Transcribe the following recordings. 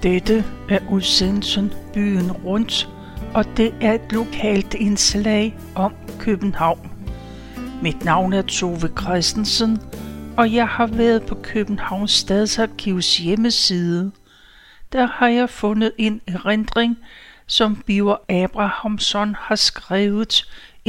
Dette er udsendelsen Byen Rundt, og det er et lokalt indslag om København. Mit navn er Tove Christensen, og jeg har været på Københavns Stadsarkivs hjemmeside. Der har jeg fundet en erindring, som Birger Abrahamsson har skrevet i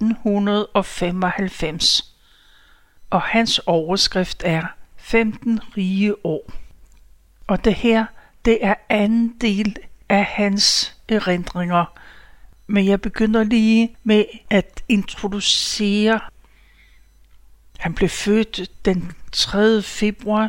1995. Og hans overskrift er 15 rige år. Og det her, det er anden del af hans erindringer. Men jeg begynder lige med at introducere. Han blev født den 3. februar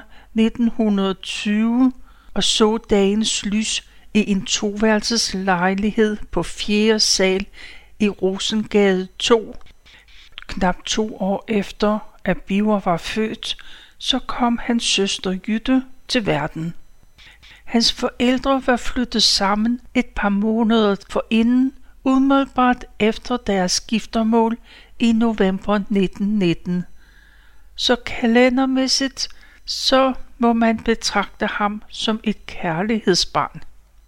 1920 og så dagens lys i en toværelses lejlighed på 4. sal i Rosengade 2. Knap 2 år efter, at Birger var født, så kom hans søster Jytte til verden. Hans forældre var flyttet sammen et par måneder forinden, umiddelbart efter deres giftermål i november 1919. Så kalendermæssigt, så må man betragte ham som et kærlighedsbarn.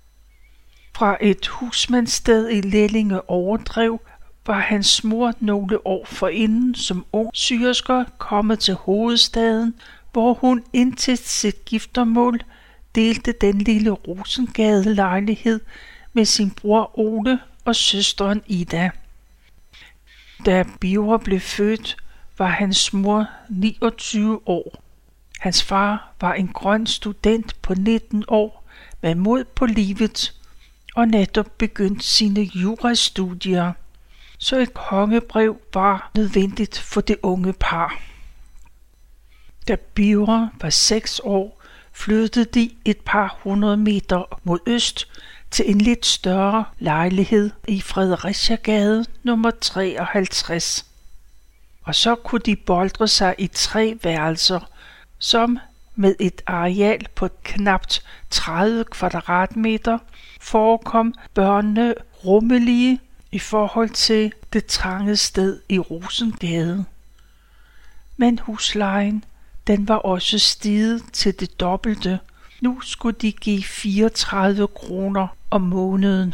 Fra et husmandssted i Lellinge Overdrev var hans mor nogle år forinden som ung syersker kommet til hovedstaden, hvor hun indtil sit giftermål delte den lille Rosengade-lejlighed med sin bror Ole og søsteren Ida. Da Birger blev født, var hans mor 29 år. Hans far var en grøn student på 19 år med mod på livet og netop begyndt sine jurastudier, så et kongebrev var nødvendigt for det unge par. Da Birger var 6 år, flyttede de et par 100 meter mod øst til en lidt større lejlighed i Fredericiagade nummer 53. Og så kunne de boltre sig i 3 værelser, som med et areal på knapt 30 kvadratmeter forekom børnene rummelige i forhold til det trange sted i Rosengade. Men huslejen, den var også steget til det dobbelte. Nu skulle de give 34 kroner om måneden.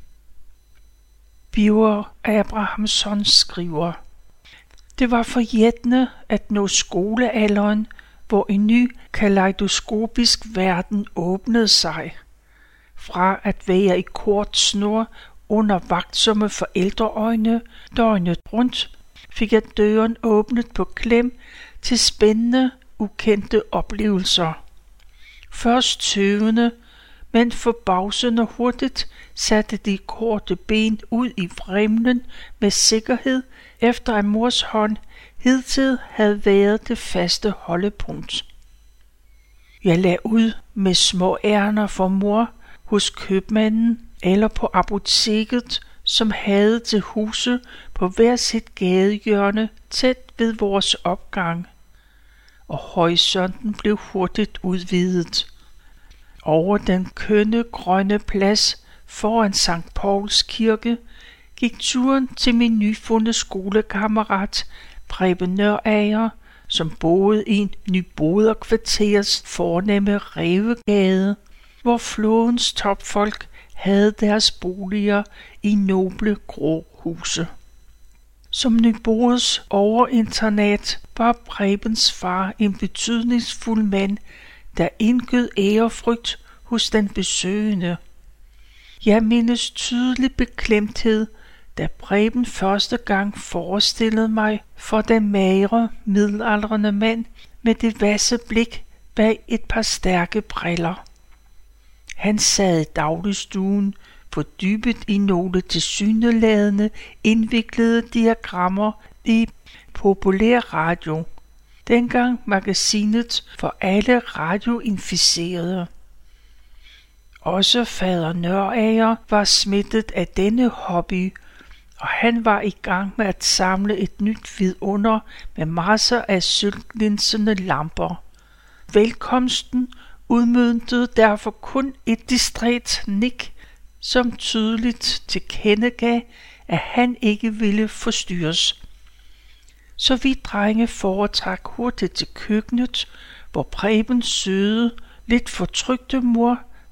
Birger Abrahamsson skriver: Det var forjættende at nå skolealderen, hvor en ny kaleidoskopisk verden åbnede sig. Fra at være i kort snor under vagtsomme forældreøjne døgnet rundt, fik jeg døren åbnet på klem til spændende, ukendte oplevelser. Først tøvende, men forbavsende hurtigt satte de korte ben ud i vrimlen med sikkerhed, efter at mors hånd hidtil havde været det faste holdepunkt. Jeg lagde ud med små ærner for mor hos købmanden eller på apoteket, som havde til huse på hver sit gadehjørne tæt ved vores opgang. Og horisonten blev hurtigt udvidet. Over den kønne grønne plads foran Sankt Pauls kirke gik turen til min nyfundne skolekammerat Preben Nørager, som boede i en nyboderkvarters fornemme Rævegade, hvor flådens topfolk havde deres boliger i noble grå huse. Som Nyboders overinternat var Prebens far en betydningsfuld mand, der indgød ærefrygt hos den besøgende. Jeg mindes tydelig beklemthed, da Preben første gang forestillede mig for den magre, middelaldrende mand med det vasse blik bag et par stærke briller. Han sad i dagligstuen, fordybet i nogle tilsyneladende indviklede diagrammer i Populær Radio, dengang magasinet for alle radioinficerede. Også fader Nørager var smittet af denne hobby, og han var i gang med at samle et nyt vidunder med masser af sølvglinsende lamper. Velkomsten udmøntede derfor kun et distræt nik, som tydeligt tilkendegav, at han ikke ville forstyrres. Så vi drenge foretrak hurtigt til køkkenet, hvor Prebens søde, lidt fortrykte mor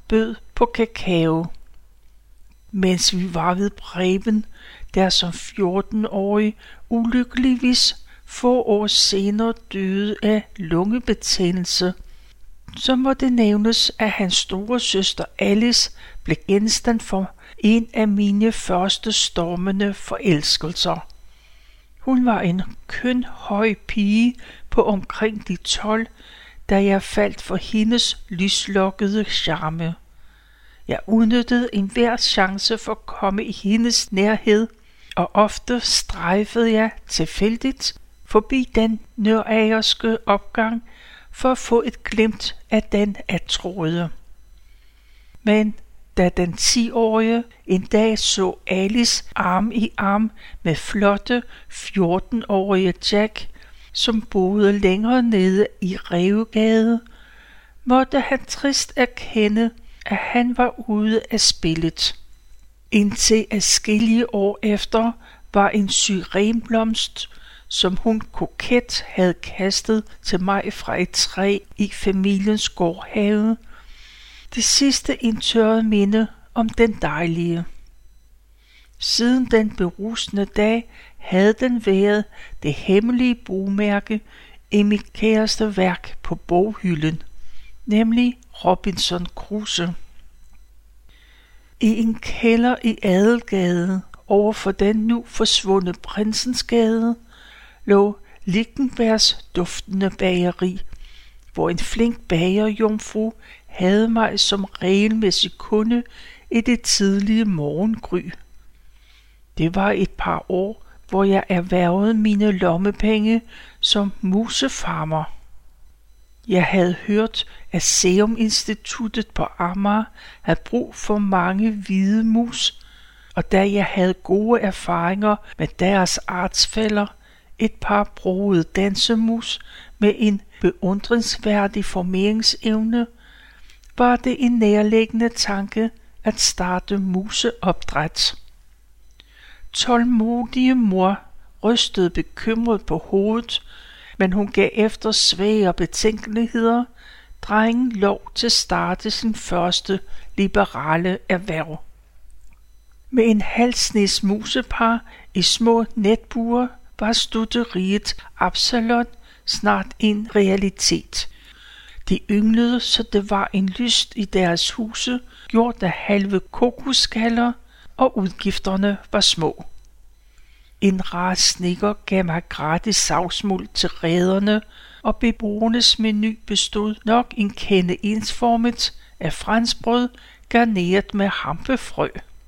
bød på kakao. Mens vi var ved Preben, der som 14-årig ulykkeligvis få år senere døde af lungebetændelse, så må det nævnes, at hans store søster Alice blev genstand for en af mine første stormende forelskelser. Hun var en køn høj pige på omkring de 12, da jeg faldt for hendes lyslokkede charme. Jeg udnyttede enhver chance for at komme i hendes nærhed, og ofte strejfede jeg tilfældigt forbi den nøragerske opgang for at få et glimt af den attråede. Men da den 10-årige en dag så Alice arm i arm med flotte 14-årige Jack, som boede længere nede i Rævegade, måtte han trist erkende, at han var ude af spillet. Indtil adskillige år efter var en syrenblomst, som hun koket havde kastet til mig fra et træ i familiens gårdhave, det sidste indtørrede minde om den dejlige. Siden den berusende dag havde den været det hemmelige bogmærke i mit kæreste værk på boghylden, nemlig Robinson Crusoe. I en kælder i Adelgade over for den nu forsvundne Prinsensgade lå Lichtenbergs duftende bageri, hvor en flink bagerjomfru havde mig som regelmæssig kunde i det tidlige morgengry. Det var et par år, hvor jeg erhvervede mine lommepenge som musefarmer. Jeg havde hørt, at Serum Instituttet på Amager havde brug for mange hvide mus, og da jeg havde gode erfaringer med deres artsfæller, et par brogede dansemus med en beundringsværdig formeringsevne, var det en nærliggende tanke at starte museopdræt. Tålmodige mor rystede bekymret på hovedet, men hun gav efter svære betænkeligheder drengen lov til at starte sin første liberale erhverv. Med en halv snes musepar i små netbuer var stutteriet Absalon snart en realitet. De ynglede, så det var en lyst i deres huse, gjort af halve kokosskaller, og udgifterne var små. En rar snedker gav mig gratis savsmuld til rederne, og beboernes menu bestod nok en kende ensformet af franskbrød garneret med hampefrø.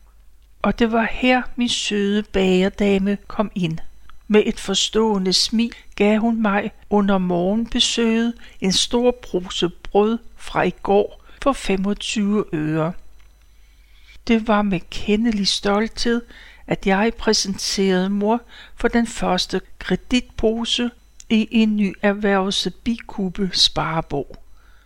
Og det var her min søde bagerdame kom ind. Med et forstående smil gav hun mig under morgenbesøget en stor pose brød fra i går for 25 øre. Det var med kendelig stolthed, at jeg præsenterede mor for den første kreditpose i en ny erhvervelse Bikube sparebog.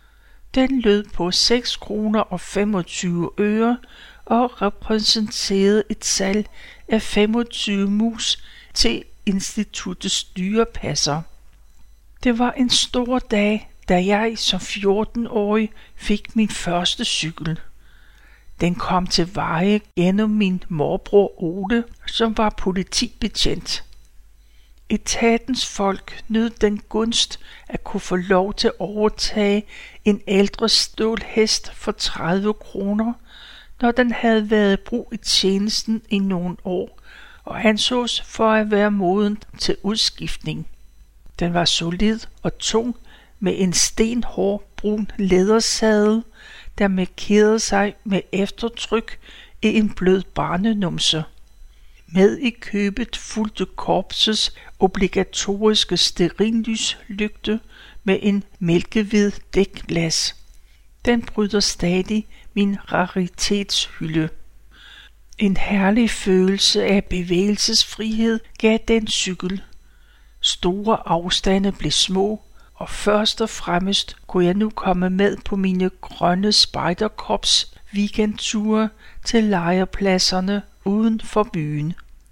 Den lød på 6 kroner og 25 øre og repræsenterede et salg af 25 mus til instituttets dyrepasser. Det var en stor dag, da jeg som 14-årig fik min første cykel. Den kom til veje gennem min morbror Ole, som var politibetjent. Etatens folk nød den gunst at kunne få lov til at overtage en ældre stålhest for 30 kroner, når den havde været i brug i tjenesten i nogle år, og ansås for at være moden til udskiftning. Den var solid og tung med en stenhård brun lædersadel, der markerede sig med eftertryk i en blød barnenumse. Med i købet fulgte korpsets obligatoriske stearinlyslygte med en mælkehvid dækglas. Den bryder stadig min raritetshylde. En herlig følelse af bevægelsesfrihed gav den cykel. Store afstande blev små, og først og fremmest kunne jeg nu komme med på mine grønne spejderkorps weekendture til lejrpladserne uden for byen.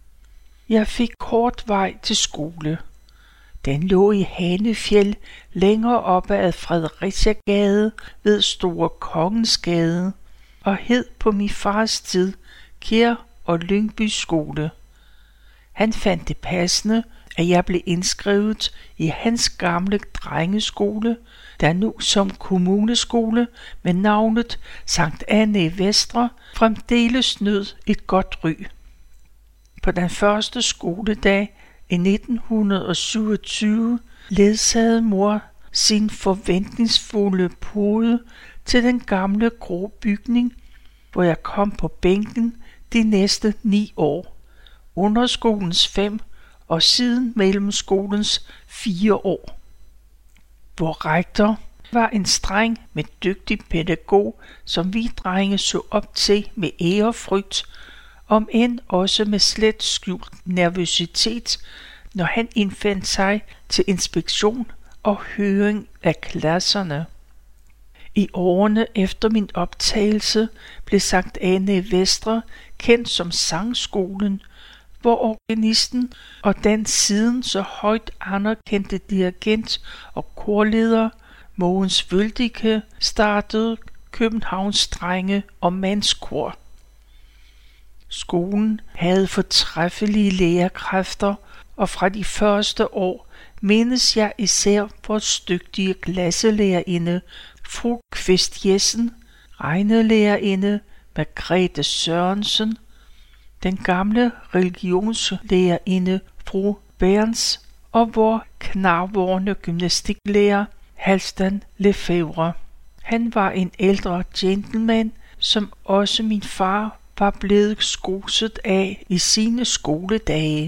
Jeg fik kort vej til skole. Den lå i Hanefjeld længere oppe ad Fredericia Gade ved Store Kongensgade, og hed på min fars tid Kjær og Lyngby skole. Han fandt det passende, at jeg blev indskrevet i hans gamle drengeskole, der nu som kommuneskole med navnet Sankt Anne i Vestre fremdeles nød et godt ry. På den første skoledag i 1927 ledsagede mor sin forventningsfulde pode til den gamle grå bygning, hvor jeg kom på bænken de næste 9 år, underskolens 5 og siden mellemskolens 4 år. Vor rektor var en streng, men dygtig pædagog, som vi drenge så op til med ærefrygt, om end også med slet skjult nervøsitet, når han indfandt sig til inspektion og høring af klasserne. I årene efter min optagelse blev Sankt Anne i Vestre kendt som Sangskolen, hvor organisten og den siden så højt anerkendte dirigent og korleder Mogens Wøldike startede Københavns drenge- og mandskor. Skolen havde fortræffelige lærerkræfter, og fra de første år mindes jeg især vores dygtige klasselærerinde fru Kvist Jessen, regnelærerinde Margrethe Sørensen, den gamle religionslærerinde fru Berns og vor knarvorne gymnastiklærer Halvdan Lefebvre. Han var en ældre gentleman, som også min far var blevet skoset af i sine skoledage.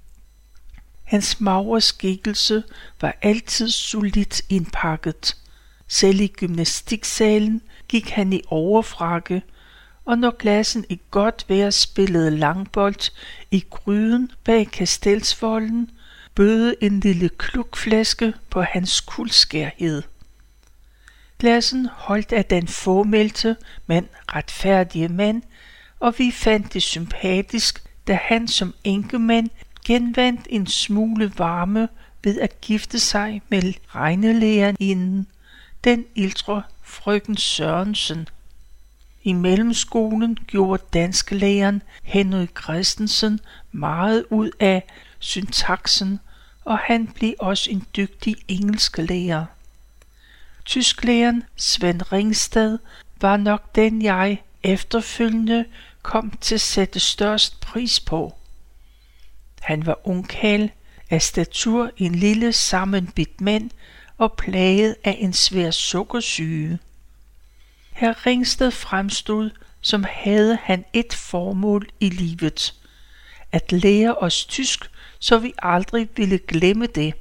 Hans magre skikkelse var altid solidt indpakket. Selv i gymnastiksalen gik han i overfrakke, og når klassen i godt vejr spillede langbold i gryden bag Kastelsvolden, bød en lille klukflaske på hans kuldskærhed. Klassen holdt af den fåmælte, men retfærdige mand, og vi fandt det sympatisk, da han som enkemand genvandt en smule varme ved at gifte sig med regnelærerinden, den ældre frøken Sørensen. I mellemskolen gjorde dansklæreren Henry Christensen meget ud af syntaksen, og han blev også en dygtig engelsklærer. Tysklæreren Svend Ringsted var nok den jeg efterfølgende kom til at sætte størst pris på. Han var ungkarl, af statur en lille sammenbidt mand og plaget af en svær sukkersyge. Hr. Ringsted fremstod, som havde han et formål i livet: at lære os tysk, så vi aldrig ville glemme det.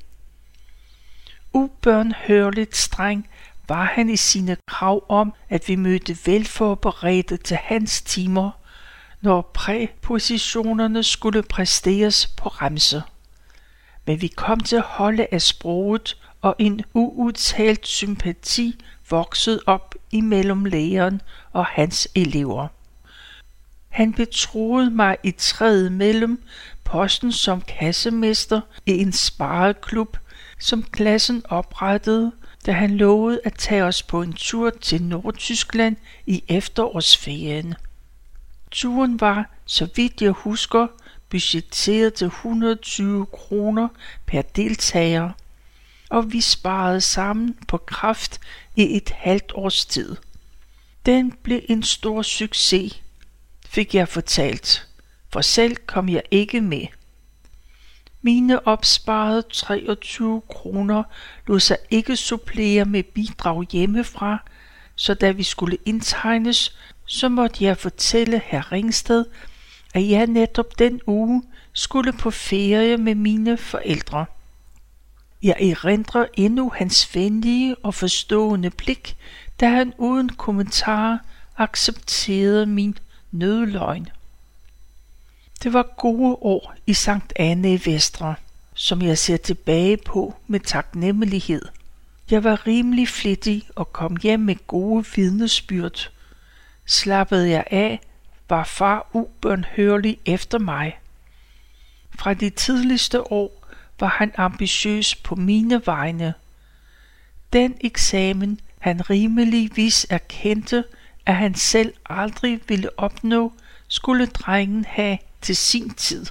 Ubønhørligt streng var han i sine krav om, at vi mødte velforberedte til hans timer, når præpositionerne skulle præsteres på remse. Men vi kom til at holde af sproget, og en uudtalt sympati voksede op imellem læreren og hans elever. Han betroede mig i tredje mellem posten som kassemester i en spareklub, som klassen oprettede, da han lovede at tage os på en tur til Nordtyskland i efterårsferien. Turen var, så vidt jeg husker, budgetteret til 120 kroner per deltager, og vi sparede sammen på kraft i et halvt års tid. Den blev en stor succes, fik jeg fortalt, for selv kom jeg ikke med. Mine opsparede 23 kroner lod sig ikke supplere med bidrag hjemmefra, så da vi skulle indtegnes, så måtte jeg fortælle hr. Ringsted, at jeg netop den uge skulle på ferie med mine forældre. Jeg erindrer endnu hans venlige og forstående blik, da han uden kommentar accepterede min nødløgn. Det var gode år i Sankt Anne i Vestre, som jeg ser tilbage på med taknemmelighed. Jeg var rimelig flittig og kom hjem med gode vidnesbyrd. Slappede jeg af, var far ubønhørlig efter mig. Fra de tidligste år var han ambitiøs på mine vegne. Den eksamen han rimeligvis erkendte, at han selv aldrig ville opnå, skulle drengen have til sin tid.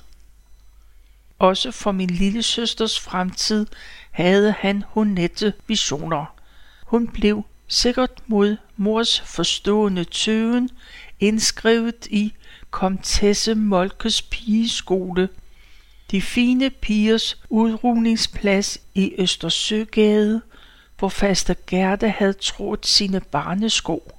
Også for min lille søsters fremtid havde han honette visioner. Hun blev sikkert mod mors forstående tøven indskrevet i Komtesse Moltkes pigeskole, de fine pigers udrugningsplads i Østersøgade, hvor faster Gerda havde trådt sine barnesko.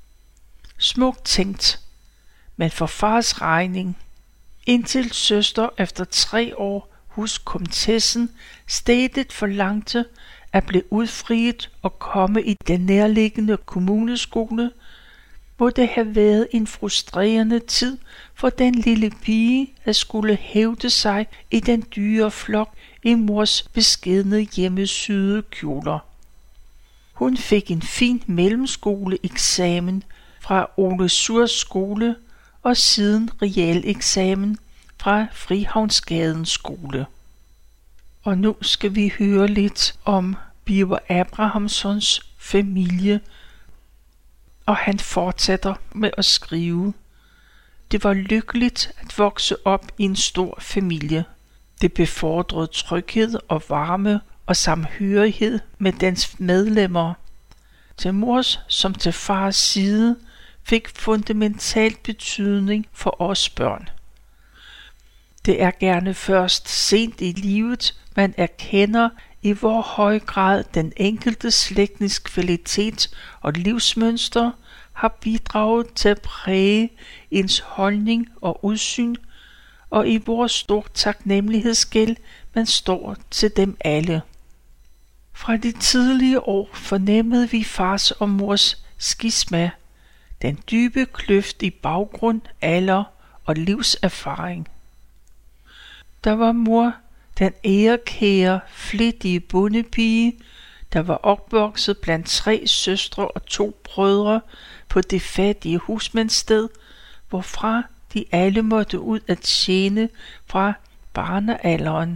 Smukt tænkt, men for fars regning. Indtil søster efter 3 år hos komtessen stedet forlangte at blive udfriet og komme i den nærliggende kommuneskole, må det have været en frustrerende tid for den lille pige at skulle hævde sig i den dyre flok i mors beskedne hjemmesyede kjoler. Hun fik en fin mellemskoleeksamen fra Ole Surs skole og siden realeksamen fra Frihavnsgadens skole. Og nu skal vi høre lidt om Birger Abrahamssons familie, og han fortsætter med at skrive: Det var lykkeligt at vokse op i en stor familie. Det befordrede tryghed og varme og samhørighed med dens medlemmer. Til mors som til fars side fik fundamentalt betydning for os børn. Det er gerne først sent i livet, man erkender, i hvor høj grad den enkelte slægtens kvalitet og livsmønster har bidraget til at præge ens holdning og udsyn, og i hvor stor taknemmelighedsgæld man står til dem alle. Fra de tidlige år fornemmede vi fars og mors skisma, den dybe kløft i baggrund, alder og livserfaring. Der var mor, den ærekære, flittige bondepige, der var opvokset blandt 3 søstre og 2 brødre på det fattige husmandssted, hvorfra de alle måtte ud at tjene fra barnealderen.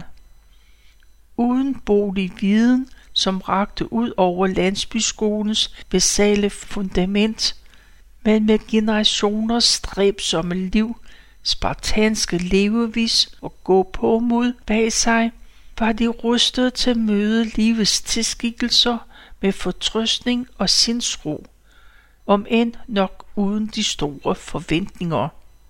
Uden bolig viden, som rakte ud over landsbyskolens basale fundament, men med generationers stræbsomme liv, spartanske levevis og gå på mod bag sig, var de rustet til at møde livets tilskikkelser med fortrøstning og sindsro, om end nok uden de store forventninger.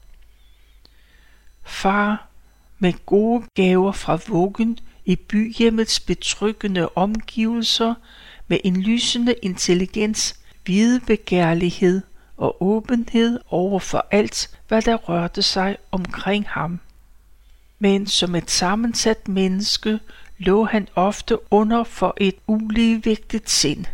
Far, med gode gaver fra vuggen i byhjemmets betryggende omgivelser, med en lysende intelligens, videbegærlighed og åbenhed over for alt, hvad der rørte sig omkring ham. Men som et sammensat menneske lå han ofte under for et uligevægtigt sind.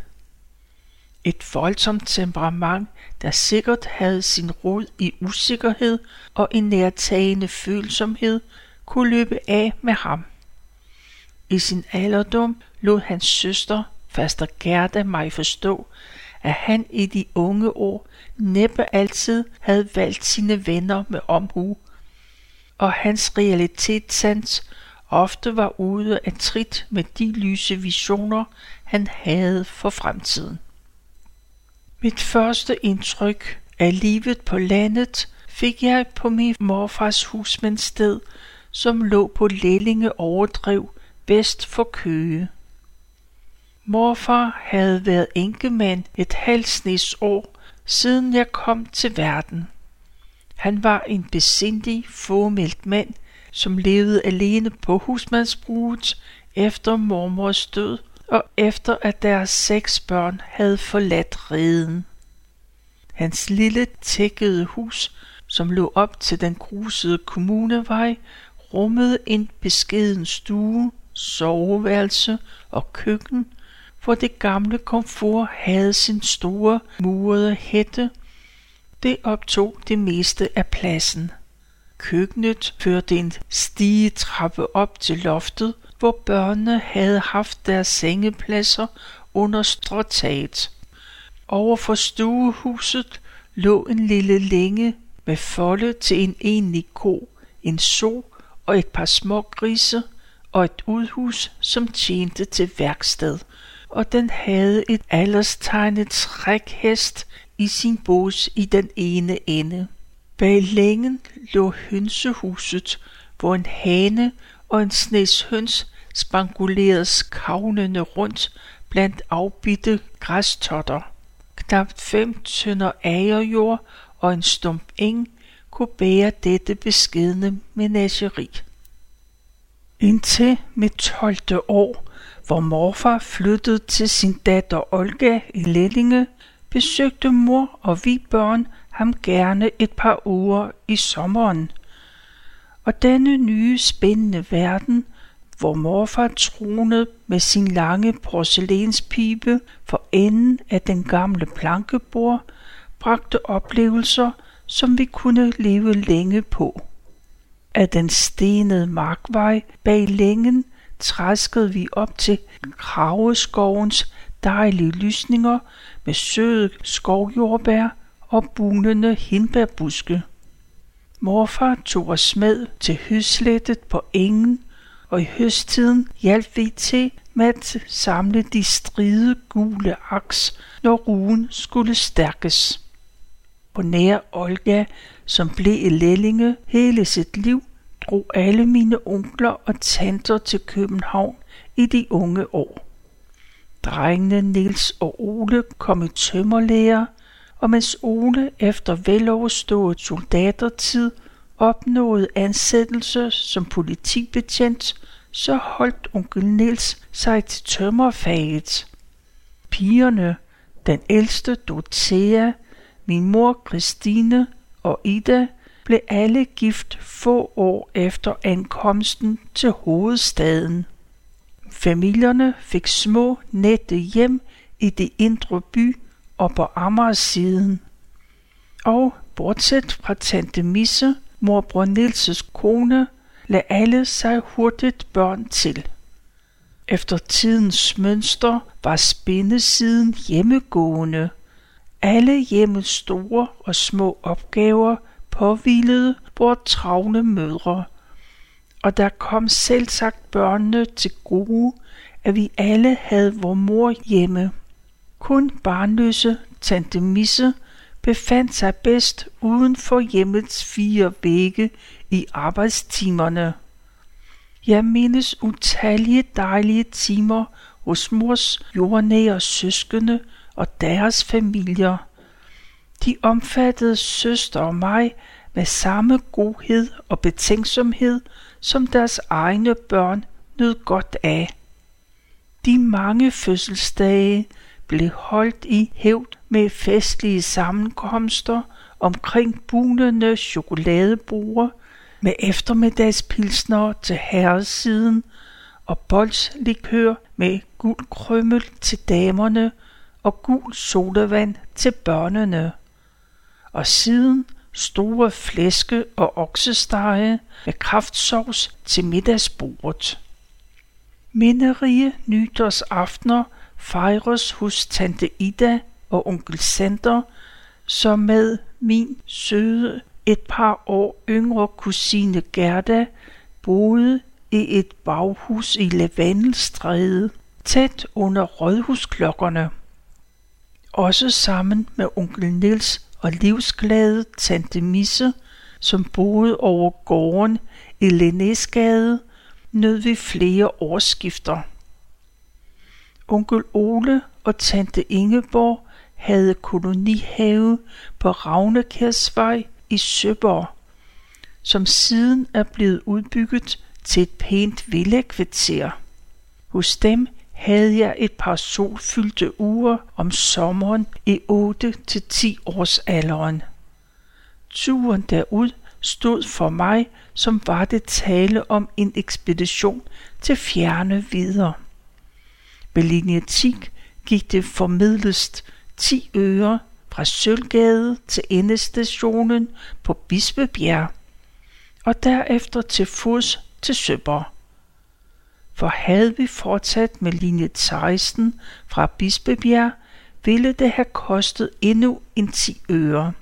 Et voldsomt temperament, der sikkert havde sin rod i usikkerhed og en nærtagende følsomhed, kunne løbe af med ham. I sin alderdom lod hans søster, faster Gerda, mig forstå, at han i de unge år næppe altid havde valgt sine venner med omhu, og hans realitetssans ofte var ude af trit med de lyse visioner, han havde for fremtiden. Mit første indtryk af livet på landet fik jeg på min morfars husmandssted, som lå på Lellinge Overdrev vest for Køge. Morfar havde været enkemand et halvt snes år, siden jeg kom til verden. Han var en besindig, fåmælt mand, som levede alene på husmandsbruget efter mormors død, og efter at deres 6 børn havde forladt reden. Hans lille tækkede hus, som lå op til den grusede kommunevej, rummede en beskeden stue, soveværelse og køkken, hvor det gamle komfur havde sin store murede hætte. Det optog det meste af pladsen. Køkkenet førte en stigetrappe op til loftet, hvor børnene havde haft deres sengepladser under stråtaget. Over for stuehuset lå en lille længe med folde til en enlig ko, en so og et par små grise og et udhus, som tjente til værksted, og den havde et alderstegnet trækhest i sin bås i den ene ende. Bag længen lå hønsehuset, hvor en hane og en snes høns spanguleredes kavlende rundt blandt afbidte græstotter. Knap 5 tønder agerjord og en stump eng kunne bære dette beskedne menageri. Indtil mit 12. år, hvor morfar flyttede til sin datter Olga i Lellinge, besøgte mor og vi børn ham gerne et par uger i sommeren. Og denne nye spændende verden, hvor morfar tronede med sin lange porcelænspibe for enden af den gamle plankebord, bragte oplevelser, som vi kunne leve længe på. Af den stenede markvej bag længen træskede vi op til Krageskovens dejlige lysninger med søde skovjordbær og bunende hindbærbuske. Morfar tog os med til høslættet på engen, og i høsttiden hjalp vi til med at samle de stride gule aks, når ruen skulle stærkes. På nær Olga, som blev i Lellinge hele sit liv, drog alle mine onkler og tanter til København i de unge år. Drengene Niels og Ole kom i tømmerlære, og mens Ole efter veloverstået soldatertid opnåede ansættelse som politibetjent, så holdt onkel Niels sig til tømmerfaget. Pigerne, den ældste Dorothea, min mor Christine og Ida, blev alle gift få år efter ankomsten til hovedstaden. Familierne fik små nette hjem i det indre by og på Amagersiden. Og bortset fra tante Misse, morbror Nielses kone, lagde alle sig hurtigt børn til. Efter tidens mønster var spændesiden hjemmegående. Alle hjemmets store og små opgaver påhvilede vores travle mødre, og der kom selvsagt børnene til gode, at vi alle havde vor mor hjemme. Kun barnløse tante Misse befandt sig bedst uden for hjemmets 4 vægge i arbejdstimerne. Jeg mindes utallige dejlige timer hos mors jordnære søskende og deres familier. De omfattede søster og mig med samme godhed og betænksomhed, som deres egne børn nød godt af. De mange fødselsdage blev holdt i hævd med festlige sammenkomster omkring bunende chokoladeborde med eftermiddagspilsner til herresiden og bolslikør med gul krømmel til damerne og gul sodavand til børnene. Og siden store flæske og oksestege med kraftsovs til middagsbordet. Minderige nytårsaftener fejres hos tante Ida og onkel Sander, som med min søde et par år yngre kusine Gerda boede i et baghus i Lavendelstræde, tæt under rådhusklokkerne. Også sammen med onkel Niels og livsglade tante Misse, som boede over gården i Linnésgade, nød vi flere årsskifter. Onkel Ole og tante Ingeborg havde kolonihave på Ravnekærsvej i Søborg, som siden er blevet udbygget til et pænt villakvarter. Hos dem havde jeg et par solfyldte uger om sommeren i 8-10 års alderen. Turen derud stod for mig, som var det tale om en ekspedition til fjerne vidder. Ved linje 10 gik det formidlest 10 øre fra Sølvgade til endestationen på Bispebjerg, og derefter til fods til Søborg. For havde vi fortsat med linje 16 fra Bispebjerg, ville det have kostet endnu en 10 øre.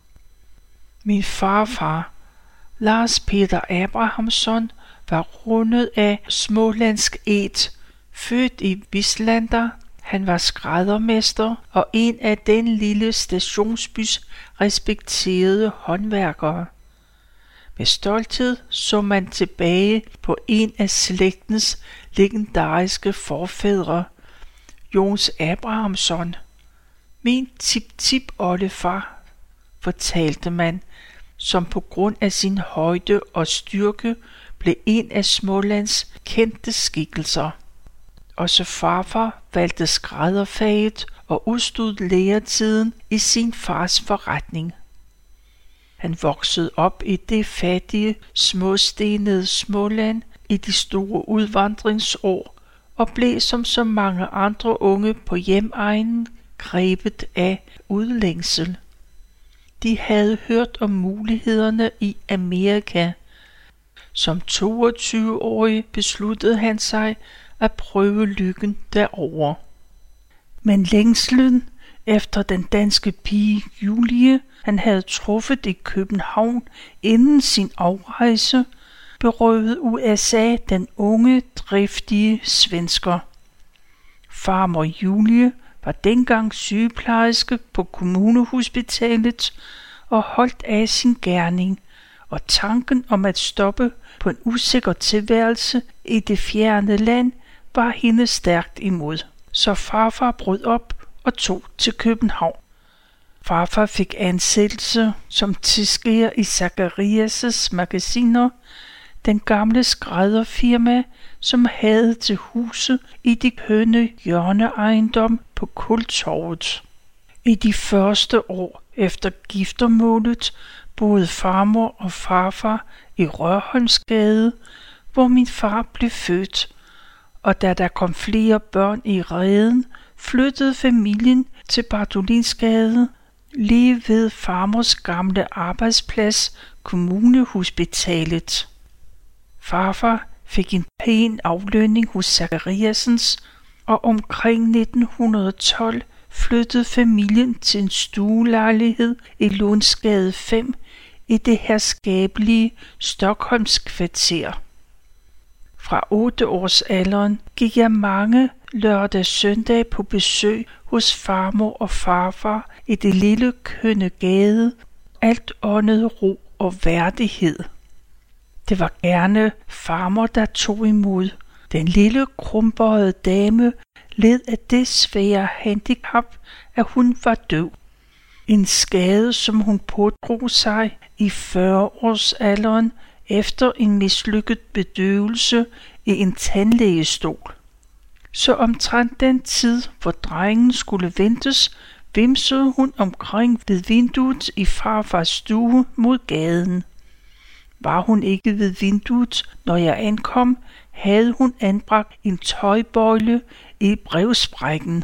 Min farfar, Lars Peter Abrahamsson, var rundet af smålandsk æt, født i Vislander. Han var skræddermester og en af den lille stationsbys respekterede håndværkere. Med stolthed så man tilbage på en af slægtens legendariske forfædre, Johs Abrahamsson. Min tip-tip-oldefar, fortalte man, som på grund af sin højde og styrke blev en af Smålands kendte skikkelser. Også farfar valgte skrædderfaget og udstod læretiden i sin fars forretning. Han voksede op i det fattige, småstenede Småland i de store udvandringsår og blev som så mange andre unge på hjemegnen grebet af udlængsel. De havde hørt om mulighederne i Amerika. Som 22-årig besluttede han sig at prøve lykken derovre. Men længslen efter den danske pige Julie, han havde truffet i København inden sin afrejse, berøvede USA den unge, driftige svensker. Farmor Julie var dengang sygeplejerske på kommunehospitalet og holdt af sin gerning, og tanken om at stoppe på en usikker tilværelse i det fjerne land var hende stærkt imod. Så farfar brød op og tog til København. Farfar fik ansættelse som tilsker i Zacharias' magasiner, den gamle skrædderfirma, som havde til huse i de kønne hjørneejendom på Kultorvet. I de første år efter giftermålet boede farmor og farfar i Rørholmsgade, hvor min far blev født, og da der kom flere børn i reden, flyttede familien til Bartholinsgade, lige ved farmors gamle arbejdsplads, kommunehospitalet. Farfar fik en pæn aflønning hos Zachariasens, og omkring 1912 flyttede familien til en stuelejlighed i Lundsgade 5 i det herskabelige Stockholms kvarter. Fra 8-årsalderen gik jeg mange lørdag søndag på besøg hos farmor og farfar i det lille kønne gade, alt åndet ro og værdighed. Det var gerne farmor, der tog imod. Den lille krumbøjede dame led af det svære handicap, at hun var døv. En skade, som hun pådrog sig i 40-årsalderen efter en mislykket bedøvelse i en tandlægestol. Så omtrent den tid, hvor drengen skulle ventes, vimsede hun omkring ved vinduet i farfars stue mod gaden. Var hun ikke ved vinduet, når jeg ankom, havde hun anbragt en tøjbøjle i brevsprækken.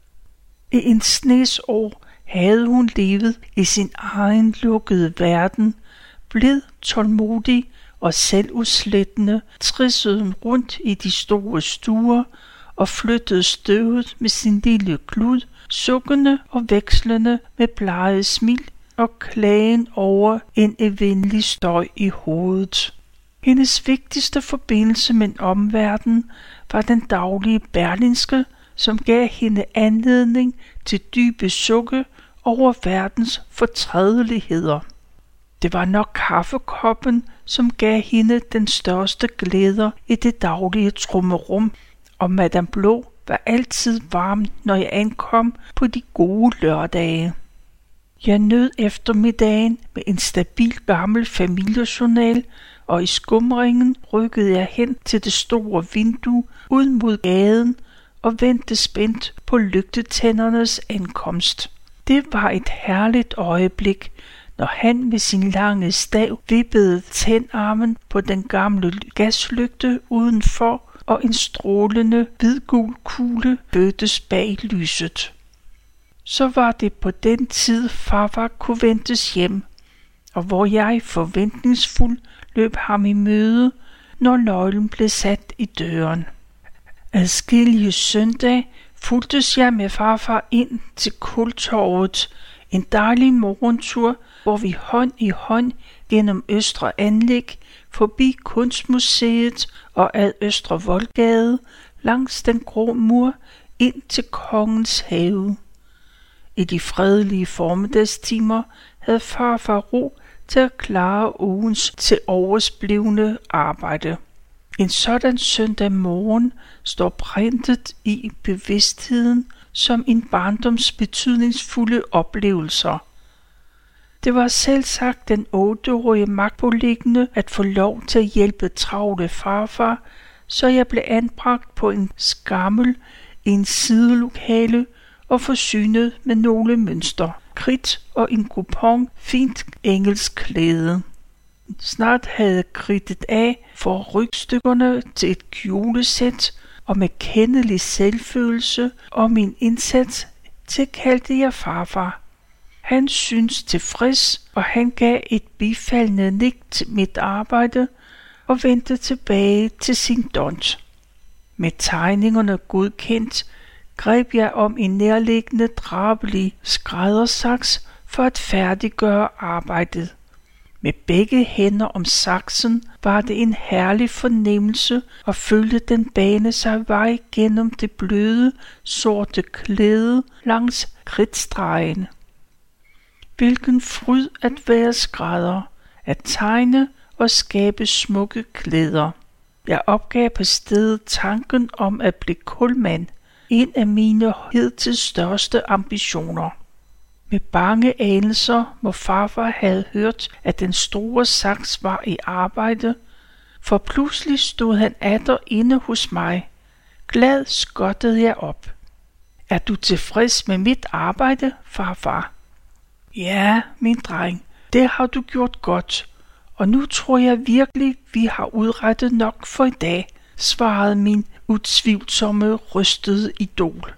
I en snesår havde hun levet i sin egen lukkede verden, blid, tålmodig og selvudslættende, trissede hun rundt i de store stuer og flyttede støvet med sin lille klud, sukkende og vekslende med blege smil og klagen over en evindelig støj i hovedet. Hendes vigtigste forbindelse med omverdenen var den daglige Berlingske, som gav hende anledning til dybe sukke over verdens fortrædeligheder. Det var nok kaffekoppen, som gav hende den største glæder i det daglige trummerum, og Madame Blå var altid varm, når jeg ankom på de gode lørdage. Jeg nød eftermiddagen med en stabil gammel familiejournal, og i skumringen rykkede jeg hen til det store vindue ud mod gaden og ventede spændt på lygtetændernes ankomst. Det var et herligt øjeblik, når han med sin lange stav vippede tændarmen på den gamle gaslygte udenfor, og en strålende hvidgul kugle bødtes bag lyset. Så var det på den tid, farfar kunne ventes hjem, og hvor jeg forventningsfuld løb ham i møde, når nøglen blev sat i døren. Adskillige søndag fulgtes jeg med farfar ind til Kultorvet, en dejlig morgentur, hvor vi hånd i hånd gennem Østre Anlæg, forbi Kunstmuseet og ad Østre Voldgade, langs den grå mur ind til kongens have. I de fredelige formiddagstimer havde farfar ro til at klare ugens til oversblevne arbejde. En sådan søndag morgen står printet i bevidstheden som en barndoms betydningsfulde oplevelser. Det var selvsagt den 8-årige magtpåliggende at få lov til at hjælpe travle farfar, så jeg blev anbragt på en skammel i en sidelokale og forsynet med nogle mønster, kridt og en kupon fint engelsk klæde. Snart havde jeg kridtet af for rygstykkerne til et kjolesæt, og med kendelig selvfølelse og min indsats tilkaldte jeg farfar. Han syntes tilfreds, og han gav et bifaldende nik til mit arbejde og vendte tilbage til sin dont. Med tegningerne godkendt greb jeg om en nærliggende drabelig skræddersaks for at færdiggøre arbejdet. Med begge hænder om saksen var det en herlig fornemmelse at følge den bane sig vej gennem det bløde, sorte klæde langs kridtstregen. Hvilken fryd at være skrædder, at tegne og skabe smukke klæder. Jeg opgav på stedet tanken om at blive kulmand, en af mine hidtil største ambitioner. Med bange anelser må farfar have hørt, at den store saks var i arbejde, for pludselig stod han atter inde hos mig. Glad skottede jeg op. Er du tilfreds med mit arbejde, farfar? Ja, min dreng, det har du gjort godt, og nu tror jeg virkelig, vi har udrettet nok for i dag, svarede min utvivlsomme rystede idol.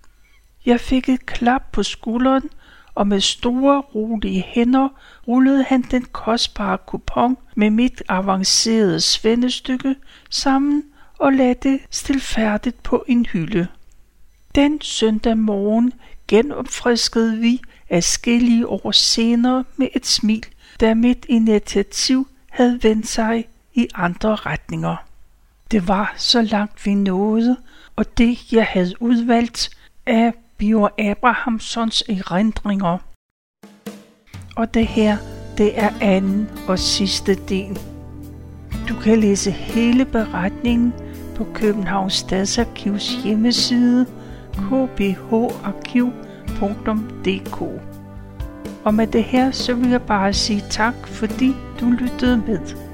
Jeg fik et klap på skulderen, og med store, rolige hænder rullede han den kostbare kupon med mit avancerede svendestykke sammen og lagde det stilfærdigt på en hylde. Den søndag morgen genopfriskede vi adskillige år senere med et smil, da mit initiativ havde vendt sig i andre retninger. Det var så langt vi nåede, og det jeg havde udvalgt af Birger Abrahamssons erindringer. Og det her, det er anden og sidste del. Du kan læse hele beretningen på Københavns Stadsarkivs hjemmeside kbharkiv.dk. Og med det her, så vil jeg bare sige tak, fordi du lyttede med.